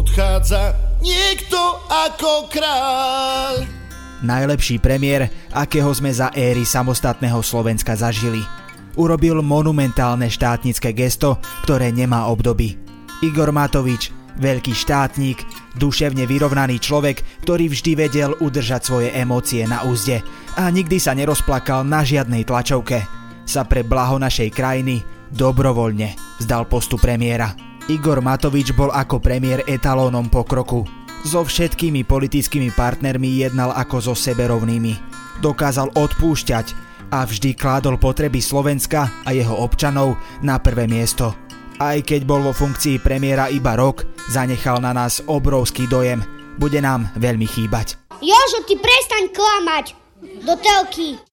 odchádza niekto ako kráľ. Najlepší premiér, akého sme za éry samostatného Slovenska zažili. Urobil monumentálne štátnické gesto, ktoré nemá obdoby. Igor Matovič, veľký štátnik, duševne vyrovnaný človek, ktorý vždy vedel udržať svoje emócie na úzde a nikdy sa nerozplakal na žiadnej tlačovke, sa pre blaho našej krajiny dobrovoľne vzdal postu premiéra. Igor Matovič bol ako premiér etalónom pokroku. So všetkými politickými partnermi jednal ako so seberovnými. Dokázal odpúšťať a vždy kládol potreby Slovenska a jeho občanov na prvé miesto. Aj keď bol vo funkcii premiéra iba rok, zanechal na nás obrovský dojem. Bude nám veľmi chýbať. Jožo, ty prestaň klamať! Do telky!